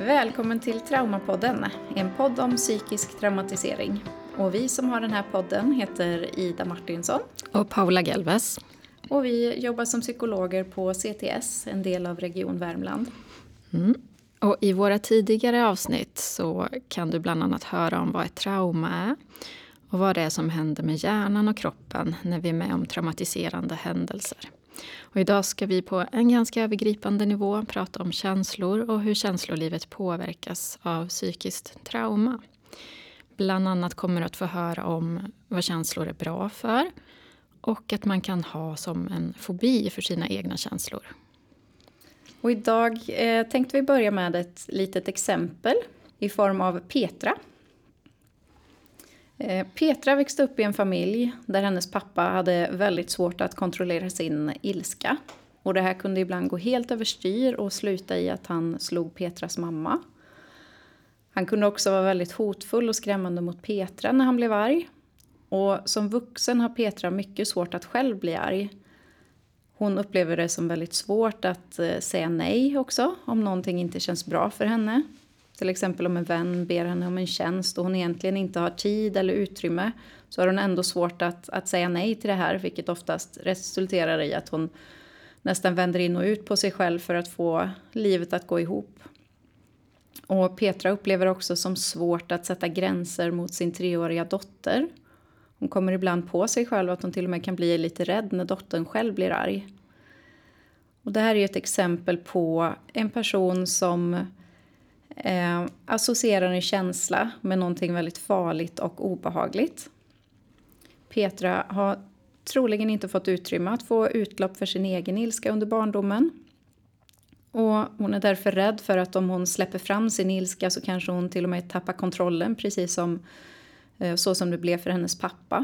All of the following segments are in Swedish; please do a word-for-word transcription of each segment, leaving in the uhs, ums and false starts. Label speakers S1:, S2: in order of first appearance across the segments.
S1: Välkommen till Traumapodden, en podd om psykisk traumatisering. Och vi som har den här podden heter Ida Martinsson
S2: och Paula Gelves.
S1: Och vi jobbar som psykologer på C T S, en del av Region Värmland.
S2: Mm. Och i våra tidigare avsnitt så kan du bland annat höra om vad ett trauma är och vad det är som händer med hjärnan och kroppen när vi är med om traumatiserande händelser. Och idag ska vi på en ganska övergripande nivå prata om känslor och hur känslolivet påverkas av psykiskt trauma. Bland annat kommer du att få höra om vad känslor är bra för och att man kan ha som en fobi för sina egna känslor.
S1: Och idag eh, tänkte vi börja med ett litet exempel i form av Petra. Eh, Petra växte upp i en familj där hennes pappa hade väldigt svårt att kontrollera sin ilska. Och det här kunde ibland gå helt överstyr och sluta i att han slog Petras mamma. Han kunde också vara väldigt hotfull och skrämmande mot Petra när han blev arg. Och som vuxen har Petra mycket svårt att själv bli arg. Hon upplever det som väldigt svårt att säga nej också om någonting inte känns bra för henne. Till exempel om en vän ber henne om en tjänst och hon egentligen inte har tid eller utrymme, så har hon ändå svårt att, att säga nej till det här, vilket oftast resulterar i att hon nästan vänder in och ut på sig själv för att få livet att gå ihop. Och Petra upplever också som svårt att sätta gränser mot sin treåriga dotter. Hon kommer ibland på sig själv att hon till och med kan bli lite rädd när dottern själv blir arg. Och det här är ett exempel på en person som eh, associerar en känsla med någonting väldigt farligt och obehagligt. Petra har troligen inte fått utrymme att få utlopp för sin egen ilska under barndomen. Och hon är därför rädd för att om hon släpper fram sin ilska så kanske hon till och med tappar kontrollen, precis som så som det blev för hennes pappa.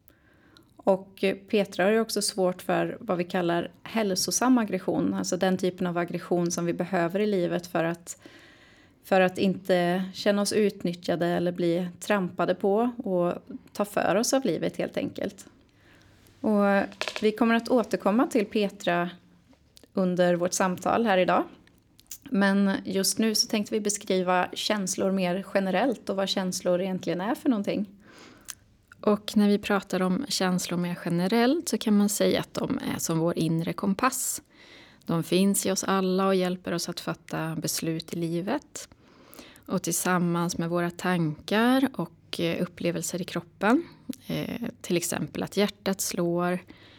S1: Och Petra har ju också svårt för vad vi kallar hälsosam aggression. Alltså den typen av aggression som vi behöver i livet för att, för att inte känna oss utnyttjade eller bli trampade på och ta för oss av livet helt enkelt. Och vi kommer att återkomma till Petra under vårt samtal här idag. Men just nu så tänkte vi beskriva känslor mer generellt och vad känslor egentligen är för någonting.
S2: Och när vi pratar om känslor mer generellt så kan man säga att de är som vår inre kompass. De finns i oss alla och hjälper oss att fatta beslut i livet. Och tillsammans med våra tankar och upplevelser i kroppen, eh, till exempel att hjärtat slår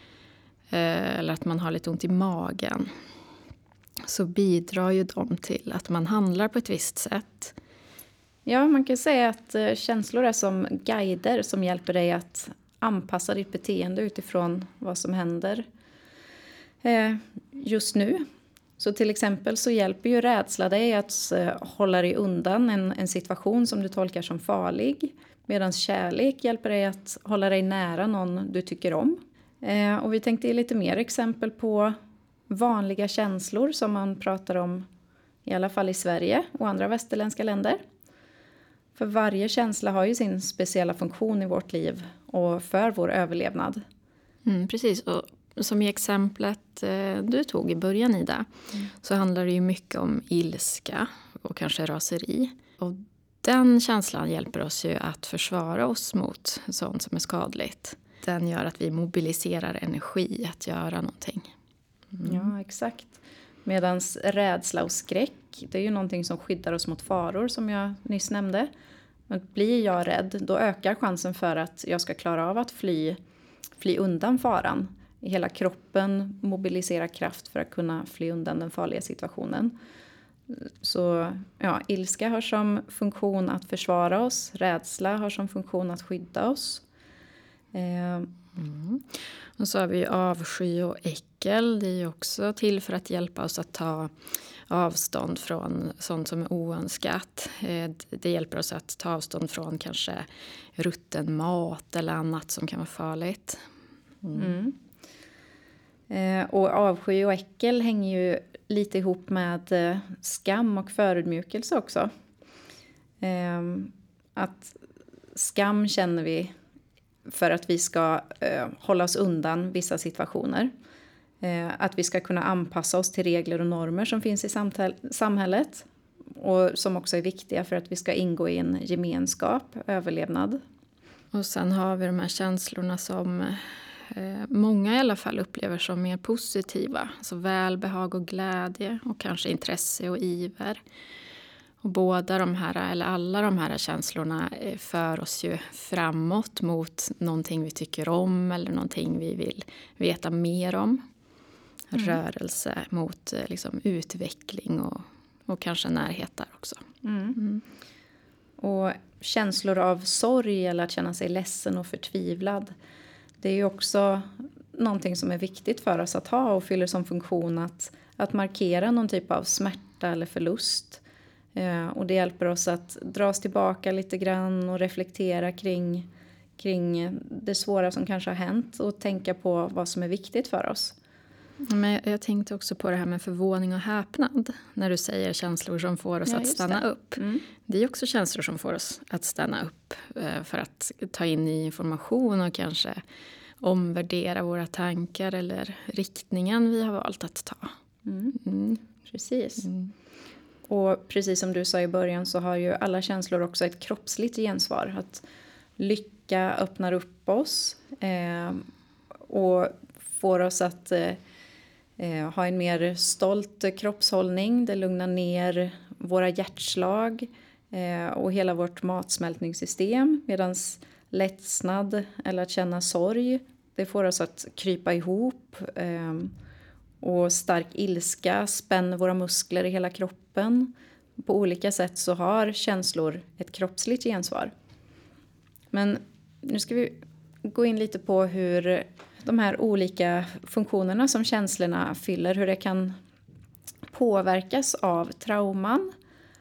S2: eh, eller att man har lite ont i magen, så bidrar ju de till att man handlar på ett visst sätt.
S1: Ja, man kan säga att eh, känslor är som guider som hjälper dig att anpassa ditt beteende utifrån vad som händer eh, just nu. Så till exempel så hjälper ju rädsla dig att eh, hålla dig undan en, en situation som du tolkar som farlig. Medan kärlek hjälper dig att hålla dig nära någon du tycker om. Eh, och vi tänkte ge lite mer exempel på vanliga känslor som man pratar om i alla fall i Sverige och andra västerländska länder. För varje känsla har ju sin speciella funktion i vårt liv och för vår överlevnad.
S2: Mm, precis, och som i exemplet eh, du tog i början, Ida, mm. så handlar det ju mycket om ilska och kanske raseri. Och den känslan hjälper oss ju att försvara oss mot sånt som är skadligt. Den gör att vi mobiliserar energi att göra någonting.
S1: Mm. Ja, exakt. Medan rädsla och skräck, det är ju någonting som skyddar oss mot faror som jag nyss nämnde. Men blir jag rädd, då ökar chansen för att jag ska klara av att fly, fly undan faran. Hela kroppen mobiliserar kraft för att kunna fly undan den farliga situationen. Så ja, ilska har som funktion att försvara oss. Rädsla har som funktion att skydda oss. Eh,
S2: mm. Och så har vi avsky och äckel. Det är ju också till för att hjälpa oss att ta avstånd från sånt som är oönskat. Det hjälper oss att ta avstånd från kanske rutten mat eller annat som kan vara farligt.
S1: Mm. Mm. Eh, och avsky och äckel hänger ju lite ihop med eh, skam och förödmjukelse också. Eh, att skam känner vi för att vi ska eh, hålla oss undan vissa situationer. Eh, att vi ska kunna anpassa oss till regler och normer som finns i samtal- samhället. och som också är viktiga för att vi ska ingå i en gemenskap, överlevnad.
S2: Och sen har vi de här känslorna som eh, många i alla fall upplever som mer positiva. Alltså välbehag och glädje och kanske intresse och iver. Och båda de här, eller alla de här känslorna för oss ju framåt mot någonting vi tycker om eller någonting vi vill veta mer om. Mm. Rörelse mot liksom, utveckling och, och kanske närhet där också.
S1: Mm.
S2: Mm.
S1: Och känslor av sorg eller att känna sig ledsen och förtvivlad. Det är ju också någonting som är viktigt för oss att ha och fyller som funktion att, att markera någon typ av smärta eller förlust. Eh, och det hjälper oss att dra oss tillbaka lite grann och reflektera kring, kring det svåra som kanske har hänt och tänka på vad som är viktigt för oss.
S2: Men jag tänkte också på det här med förvåning och häpnad. När du säger känslor som får oss
S1: Ja,
S2: att stanna
S1: det.
S2: upp.
S1: Mm.
S2: Det är också känslor som får oss att stanna upp. För att ta in ny information och kanske omvärdera våra tankar. Eller riktningen vi har valt att ta.
S1: Mm.
S2: Mm.
S1: Precis.
S2: Mm.
S1: Och precis som du sa i början så har ju alla känslor också ett kroppsligt gensvar. Att lycka öppnar upp oss. Eh, och får oss att... Eh, Eh, ha en mer stolt kroppshållning. Det lugnar ner våra hjärtslag eh, och hela vårt matsmältningssystem. Medan lättnad eller att känna sorg, det får oss att krypa ihop. Eh, och stark ilska spänner våra muskler i hela kroppen. På olika sätt så har känslor ett kroppsligt gensvar. Men nu ska vi gå in lite på hur... de här olika funktionerna som känslorna fyller, hur det kan påverkas av trauman.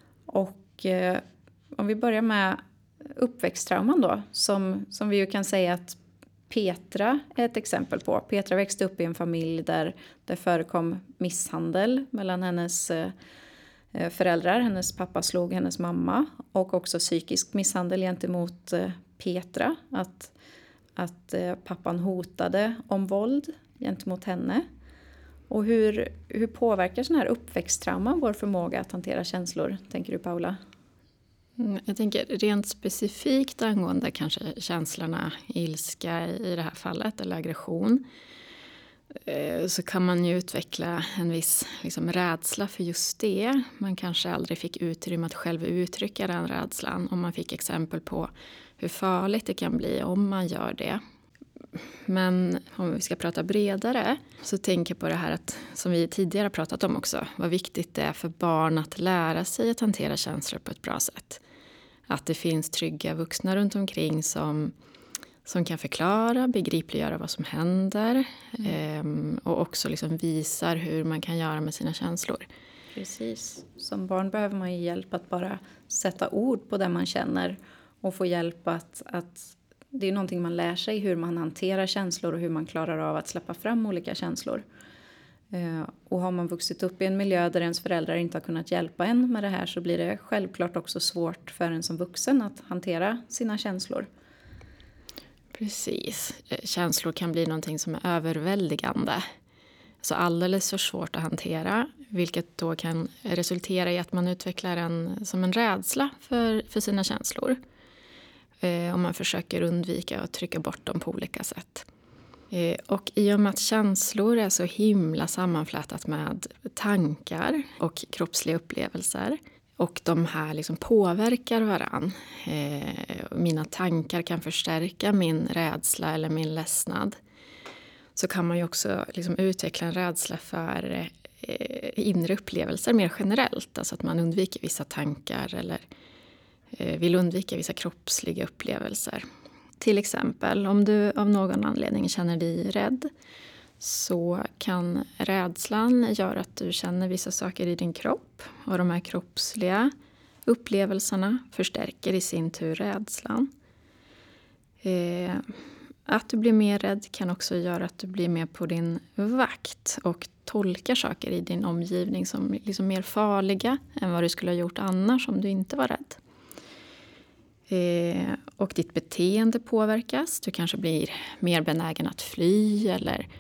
S1: Och eh, om vi börjar med uppväxttrauman då, som, som vi ju kan säga att Petra är ett exempel på. Petra växte upp i en familj där det förekom misshandel mellan hennes eh, föräldrar. Hennes pappa slog hennes mamma och också psykisk misshandel gentemot eh, Petra. Att Att pappan hotade om våld gentemot henne. Och hur, hur påverkar sån här uppväxttrauma vår förmåga att hantera känslor, tänker du Paula?
S2: Jag tänker rent specifikt angående kanske känslorna ilska i det här fallet eller aggression. Så kan man ju utveckla en viss liksom, rädsla för just det. Man kanske aldrig fick utrymme att själv uttrycka den rädslan. Om man fick exempel på hur farligt det kan bli om man gör det. Men om vi ska prata bredare så tänker jag på det här att, som vi tidigare pratat om också. Vad viktigt det är för barn att lära sig att hantera känslor på ett bra sätt. Att det finns trygga vuxna runt omkring som... som kan förklara, begripliggöra vad som händer. Mm. Eh, och också liksom visar hur man kan göra med sina känslor.
S1: Precis. Som barn behöver man ju hjälp att bara sätta ord på det man känner. Och få hjälp att... att det är någonting man lär sig, hur man hanterar känslor och hur man klarar av att släppa fram olika känslor. Eh, och har man vuxit upp i en miljö där ens föräldrar inte har kunnat hjälpa en med det här så blir det självklart också svårt för en som vuxen att hantera sina känslor.
S2: Precis. Känslor kan bli någonting som är överväldigande. Så alldeles för svårt att hantera. Vilket då kan resultera i att man utvecklar en, som en rädsla för, för sina känslor. Eh, om man försöker undvika att trycka bort dem på olika sätt. Eh, och i och med att känslor är så himla sammanflätat med tankar och kroppsliga upplevelser. Och de här liksom påverkar varann. Eh, mina tankar kan förstärka min rädsla eller min ledsnad. Så kan man ju också liksom utveckla en rädsla för eh, inre upplevelser mer generellt. Alltså att man undviker vissa tankar eller eh, vill undvika vissa kroppsliga upplevelser. Till exempel om du av någon anledning känner dig rädd. Så kan rädslan göra att du känner vissa saker i din kropp. Och de här kroppsliga upplevelserna förstärker i sin tur rädslan. Eh, att du blir mer rädd kan också göra att du blir mer på din vakt. Och tolkar saker i din omgivning som liksom mer farliga än vad du skulle ha gjort annars om du inte var rädd. Eh, och ditt beteende påverkas. Du kanske blir mer benägen att fly eller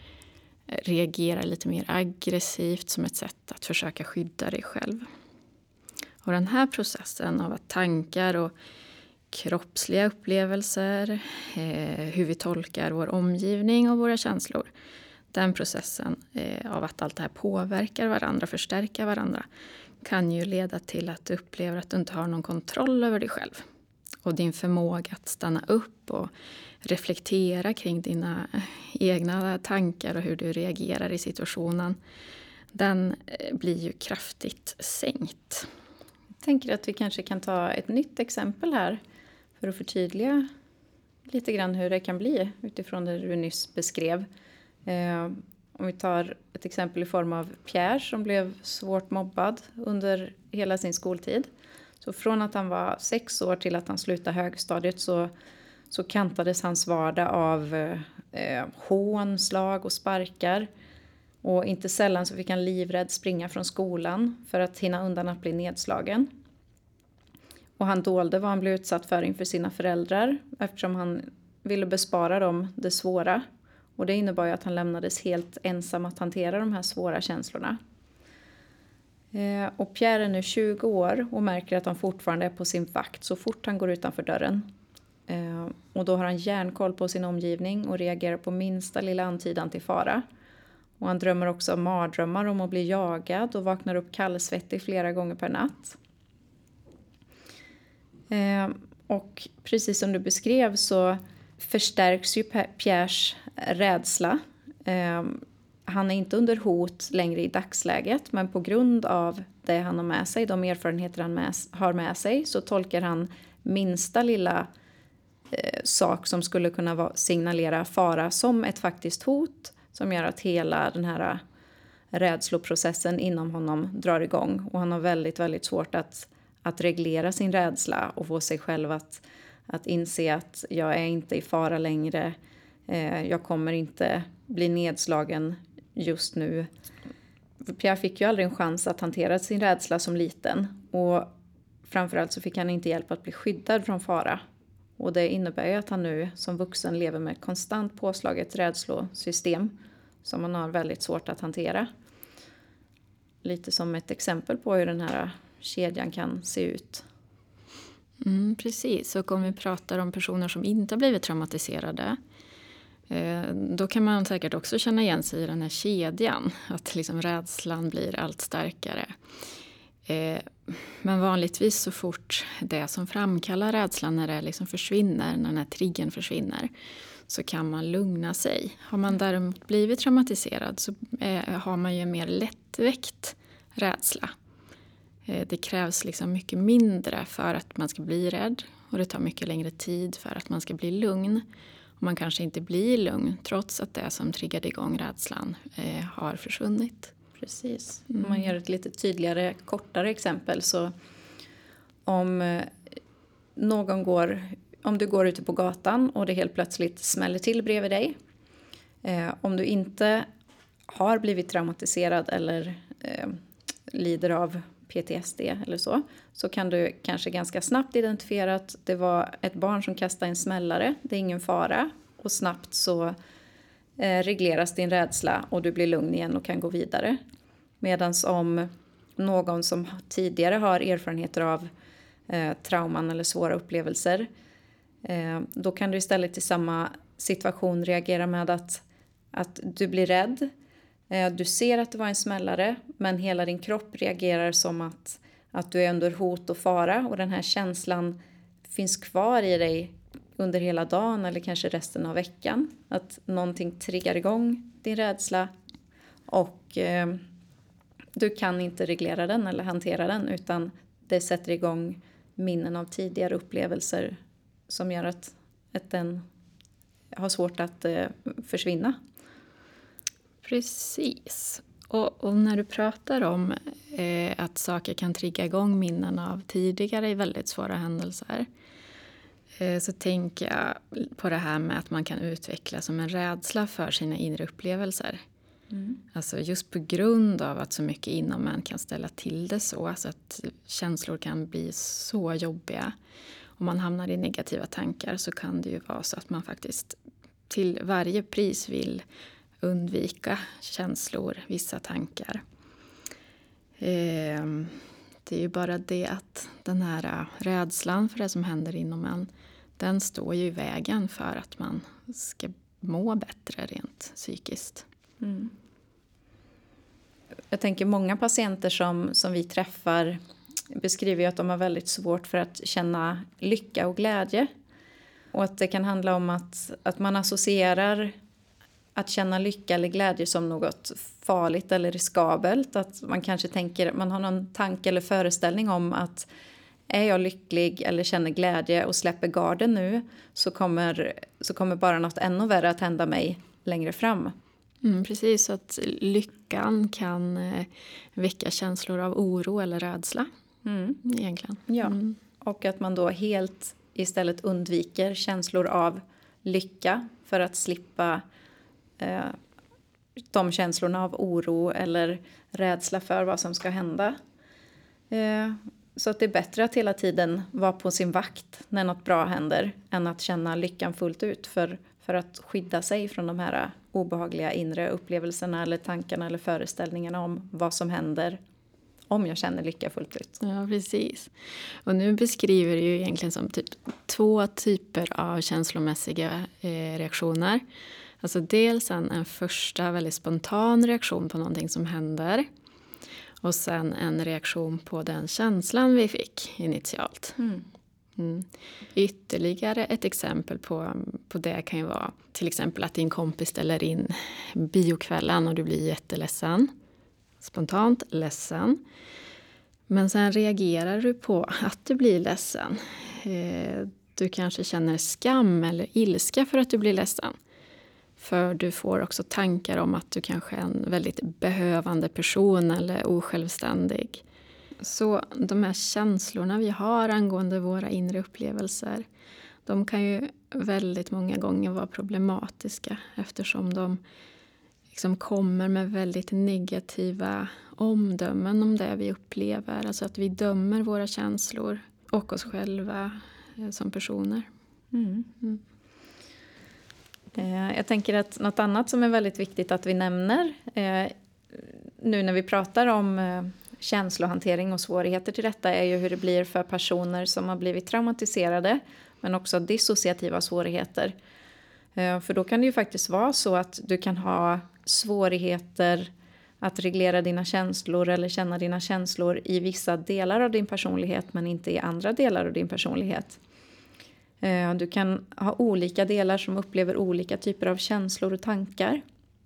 S2: reagera lite mer aggressivt som ett sätt att försöka skydda dig själv. Och den här processen av att tankar och kroppsliga upplevelser, eh, hur vi tolkar vår omgivning och våra känslor, den processen eh, av att allt det här påverkar varandra, förstärker varandra, kan ju leda till att du upplever att du inte har någon kontroll över dig själv. Och din förmåga att stanna upp och reflektera kring dina egna tankar och hur du reagerar i situationen, den blir ju kraftigt sänkt.
S1: Jag tänker att vi kanske kan ta ett nytt exempel här för att förtydliga lite grann hur det kan bli utifrån det du nyss beskrev. Eh, om vi tar ett exempel i form av Pierre som blev svårt mobbad under hela sin skoltid. Så från att han var sex år till att han slutade högstadiet så, så kantades hans vardag av eh, hån, slag och sparkar. Och inte sällan så fick han livrädd springa från skolan för att hinna undan att bli nedslagen. Och han dolde vad han blev utsatt för inför sina föräldrar eftersom han ville bespara dem det svåra. Och det innebar ju att han lämnades helt ensam att hantera de här svåra känslorna. Eh, och Pierre är nu tjugo år och märker att han fortfarande är på sin vakt så fort han går utanför dörren. Eh, och då har han järnkoll på sin omgivning och reagerar på minsta lilla antydan till fara. Och han drömmer också om mardrömmar om att bli jagad och vaknar upp kallsvettig flera gånger per natt. Eh, och precis som du beskrev så förstärks ju Pierres rädsla. Eh, han är inte under hot längre i dagsläget, men på grund av det han har med sig, de erfarenheter han med, har med sig, så tolkar han minsta lilla eh, sak som skulle kunna vara, signalera fara som ett faktiskt hot, som gör att hela den här rädsloprocessen inom honom drar igång. Och han har väldigt, väldigt svårt att, att reglera sin rädsla och få sig själv att, att inse att jag är inte i fara längre. Eh, jag kommer inte bli nedslagen just nu. Pierre fick ju aldrig en chans att hantera sin rädsla som liten. Och framförallt så fick han inte hjälp att bli skyddad från fara. Och det innebär ju att han nu som vuxen lever med ett konstant påslaget rädslosystem som man har väldigt svårt att hantera. Lite som ett exempel på hur den här kedjan kan se ut.
S2: Mm, precis, och om vi pratar om personer som inte har blivit traumatiserade, eh, då kan man säkert också känna igen sig i den här kedjan. Att liksom rädslan blir allt starkare. Eh, men vanligtvis så fort det som framkallar rädslan, när det liksom försvinner, när den här triggern försvinner, så kan man lugna sig. Har man däremot blivit traumatiserad så eh, har man ju en mer lättväckt rädsla. Eh, det krävs liksom mycket mindre för att man ska bli rädd. Och det tar mycket längre tid för att man ska bli lugn. Och man kanske inte blir lugn trots att det som triggade igång rädslan eh, har försvunnit.
S1: Precis. Mm. Om man gör ett lite tydligare, kortare exempel så om eh, någon går... Om du går ute på gatan och det helt plötsligt smäller till bredvid dig. Eh, om du inte har blivit traumatiserad eller eh, lider av P T S D eller så. Så kan du kanske ganska snabbt identifiera att det var ett barn som kastade en smällare. Det är ingen fara. Och snabbt så eh, regleras din rädsla och du blir lugn igen och kan gå vidare. Medan om någon som tidigare har erfarenheter av eh, trauman eller svåra upplevelser. Då kan du istället i samma situation reagera med att, att du blir rädd. Du ser att det var en smällare, men hela din kropp reagerar som att, att du är under hot och fara. Och den här känslan finns kvar i dig under hela dagen eller kanske resten av veckan. Att någonting triggar igång din rädsla och eh, du kan inte reglera den eller hantera den, utan det sätter igång minnen av tidigare upplevelser som gör att, att den har svårt att eh, försvinna.
S2: Precis. Och, och när du pratar om eh, att saker kan trigga igång minnen av tidigare i väldigt svåra händelser, eh, så tänker jag på det här med att man kan utveckla som en rädsla för sina inre upplevelser. Mm. Alltså just på grund av att så mycket inom en kan ställa till det så, så att känslor kan bli så jobbiga. Om man hamnar i negativa tankar så kan det ju vara så att man faktiskt till varje pris vill undvika känslor, vissa tankar. Eh, Det är ju bara det att den här rädslan för det som händer inom en, den står ju i vägen för att man ska må bättre rent psykiskt.
S1: Mm. Jag tänker många patienter som, som vi träffar beskriver ju att de har väldigt svårt för att känna lycka och glädje. Och att det kan handla om att, att man associerar att känna lycka eller glädje som något farligt eller riskabelt. Att man kanske tänker, man har någon tanke eller föreställning om att är jag lycklig eller känner glädje och släpper garden nu så kommer, så kommer bara något ännu värre att hända mig längre fram.
S2: Mm, precis, så att lyckan kan eh, väcka känslor av oro eller rädsla. Mm. Egentligen.
S1: Ja,
S2: mm.
S1: och att man då helt istället undviker känslor av lycka för att slippa eh, de känslorna av oro eller rädsla för vad som ska hända. Eh, så att det är bättre att hela tiden vara på sin vakt när något bra händer än att känna lyckan fullt ut för, för att skydda sig från de här obehagliga inre upplevelserna eller tankarna eller föreställningarna om vad som händer om jag känner lycka fullt ut.
S2: Ja, precis. Och nu beskriver du ju egentligen som typ två typer av känslomässiga eh, reaktioner. Alltså dels en, en första väldigt spontan reaktion på någonting som händer. Och sen en reaktion på den känslan vi fick initialt.
S1: Mm.
S2: Mm. Ytterligare ett exempel på, på det kan ju vara till exempel att din kompis ställer in biokvällen och du blir jätteledsen. Spontant ledsen. Men sen reagerar du på att du blir ledsen. Eh, du kanske känner skam eller ilska för att du blir ledsen. För du får också tankar om att du kanske är en väldigt behövande person eller osjälvständig. Så de här känslorna vi har angående våra inre upplevelser, de kan ju väldigt många gånger vara problematiska eftersom de liksom kommer med väldigt negativa omdömen om det vi upplever. Alltså att vi dömer våra känslor och oss själva som personer.
S1: Mm. Mm. Jag tänker att något annat som är väldigt viktigt att vi nämner eh, nu när vi pratar om eh, känslohantering och svårigheter till detta är ju hur det blir för personer som har blivit traumatiserade men också dissociativa svårigheter. Eh, för då kan det ju faktiskt vara så att du kan ha svårigheter att reglera dina känslor eller känna dina känslor i vissa delar av din personlighet men inte i andra delar av din personlighet. Du kan ha olika delar som upplever olika typer av känslor och tankar.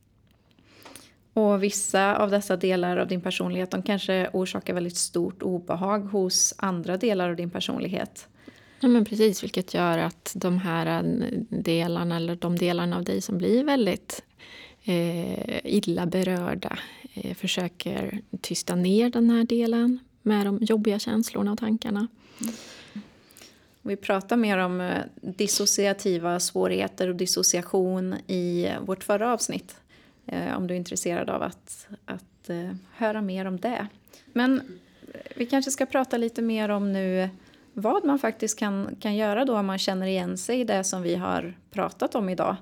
S1: Och vissa av dessa delar av din personlighet de kanske orsakar väldigt stort obehag hos andra delar av din personlighet.
S2: Ja, men precis, vilket gör att de här delarna eller de delarna av dig som blir väldigt eh, illa berörda eh, försöker tysta ner den här delen med de jobbiga känslorna och tankarna.
S1: Mm. Vi pratar mer om dissociativa svårigheter och dissociation i vårt förra avsnitt. Om du är intresserad av att, att höra mer om det. Men vi kanske ska prata lite mer om nu vad man faktiskt kan, kan göra då om man känner igen sig i det som vi har pratat om idag.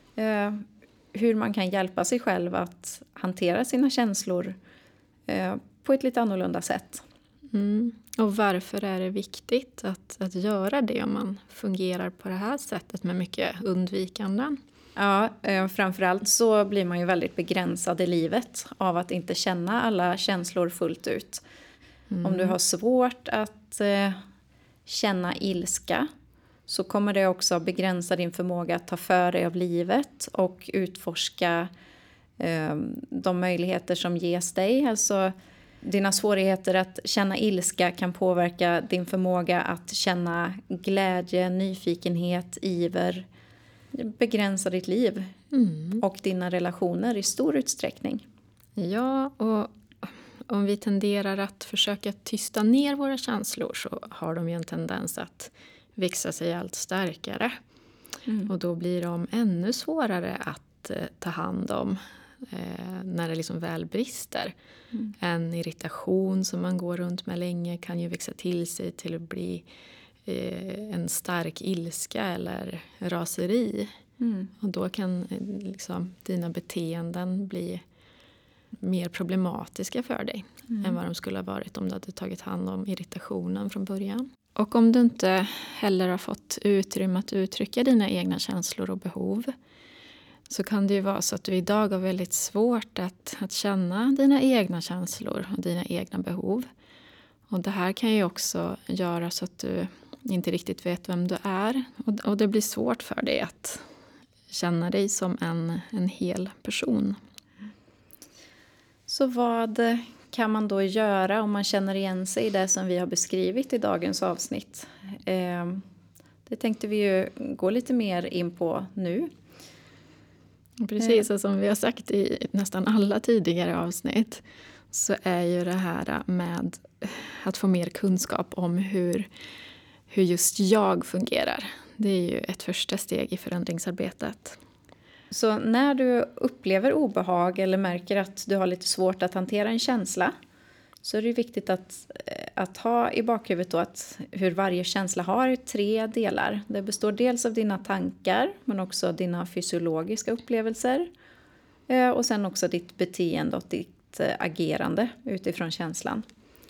S1: Hur man kan hjälpa sig själv att hantera sina känslor på ett lite annorlunda sätt.
S2: Mm. Och varför är det viktigt att, att göra det om man fungerar på det här sättet med mycket undvikanden?
S1: Ja, eh, framförallt så blir man ju väldigt begränsad i livet av att inte känna alla känslor fullt ut. Mm. Om du har svårt att eh, känna ilska så kommer det också begränsa din förmåga att ta för dig av livet och utforska eh, de möjligheter som ges dig. Alltså dina svårigheter att känna ilska kan påverka din förmåga att känna glädje, nyfikenhet, iver, begränsa ditt liv mm. och dina relationer i stor utsträckning.
S2: Ja, och om vi tenderar att försöka tysta ner våra känslor så har de ju en tendens att växa sig allt starkare. Mm. Och då blir de ännu svårare att eh, ta hand om. Eh, när det liksom väl brister. Mm. En irritation som man går runt med länge kan ju växa till sig till att bli eh, en stark ilska eller raseri. Mm. Och då kan eh, liksom, dina beteenden bli mer problematiska för dig
S1: Mm.
S2: än vad de skulle ha varit om du hade tagit hand om irritationen från början. Och om du inte heller har fått utrymme att uttrycka dina egna känslor och behov, så kan det ju vara så att du idag har väldigt svårt att, att känna dina egna känslor och dina egna behov. Och det här kan ju också göra så att du inte riktigt vet vem du är. Och, och det blir svårt för dig att känna dig som en, en hel person.
S1: Så vad kan man då göra om man känner igen sig i det som vi har beskrivit i dagens avsnitt? Eh, det tänkte vi ju gå lite mer in på nu.
S2: Precis, och som vi har sagt i nästan alla tidigare avsnitt, så är ju det här med att få mer kunskap om hur, hur just jag fungerar. Det är ju ett första steg i förändringsarbetet.
S1: Så när du upplever obehag eller märker att du har lite svårt att hantera en känsla, så är det viktigt att, att ha i bakhuvudet då att hur varje känsla har tre delar. Det består dels av dina tankar, men också dina fysiologiska upplevelser. Och sen också ditt beteende och ditt agerande utifrån känslan.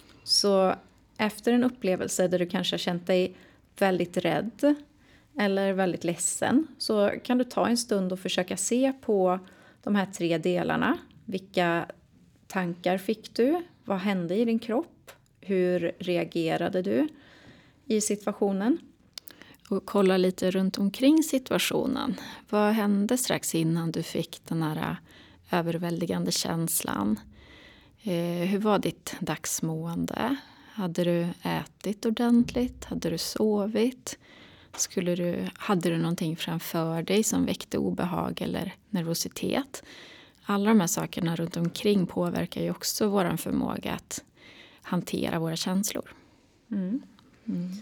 S1: Så efter en upplevelse där du kanske har känt dig väldigt rädd eller väldigt ledsen, så kan du ta en stund och försöka se på de här tre delarna. Vilka tankar fick du? Vad hände i din kropp? Hur reagerade du i situationen?
S2: Och kolla lite runt omkring situationen. Vad hände strax innan du fick den här överväldigande känslan? Eh, hur var ditt dagsmående? Hade du ätit ordentligt? Hade du sovit? Skulle du, hade du någonting framför dig som väckte obehag eller nervositet? Alla de här sakerna runt omkring påverkar ju också vår förmåga att hantera våra känslor.
S1: Mm. Mm.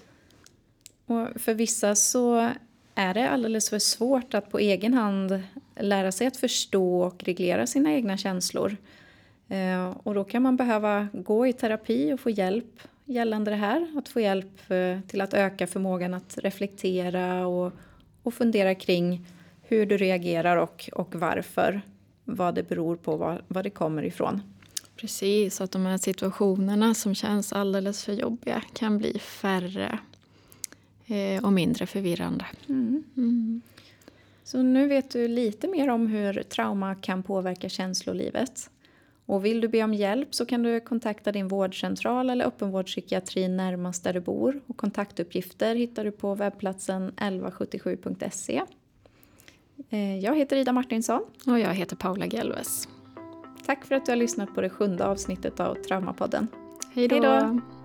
S1: Och för vissa så är det alldeles för svårt att på egen hand lära sig att förstå och reglera sina egna känslor. Eh, och då kan man behöva gå i terapi och få hjälp gällande det här. Att få hjälp eh, till att öka förmågan att reflektera och, och fundera kring hur du reagerar och, och varför. Vad det beror på, vad, vad det kommer ifrån.
S2: Precis, att de här situationerna som känns alldeles för jobbiga kan bli färre eh, och mindre förvirrande.
S1: Mm.
S2: Mm.
S1: Så nu vet du lite mer om hur trauma kan påverka känslolivet. Och vill du be om hjälp så kan du kontakta din vårdcentral eller öppenvårdspsykiatri närmast där du bor. Och kontaktuppgifter hittar du på webbplatsen elva sjuttiosju punkt se. Jag heter Ida Martinsson.
S2: Och jag heter Paula Gelves.
S1: Tack för att du har lyssnat på det sjunde avsnittet av Traumapodden.
S2: Hej då!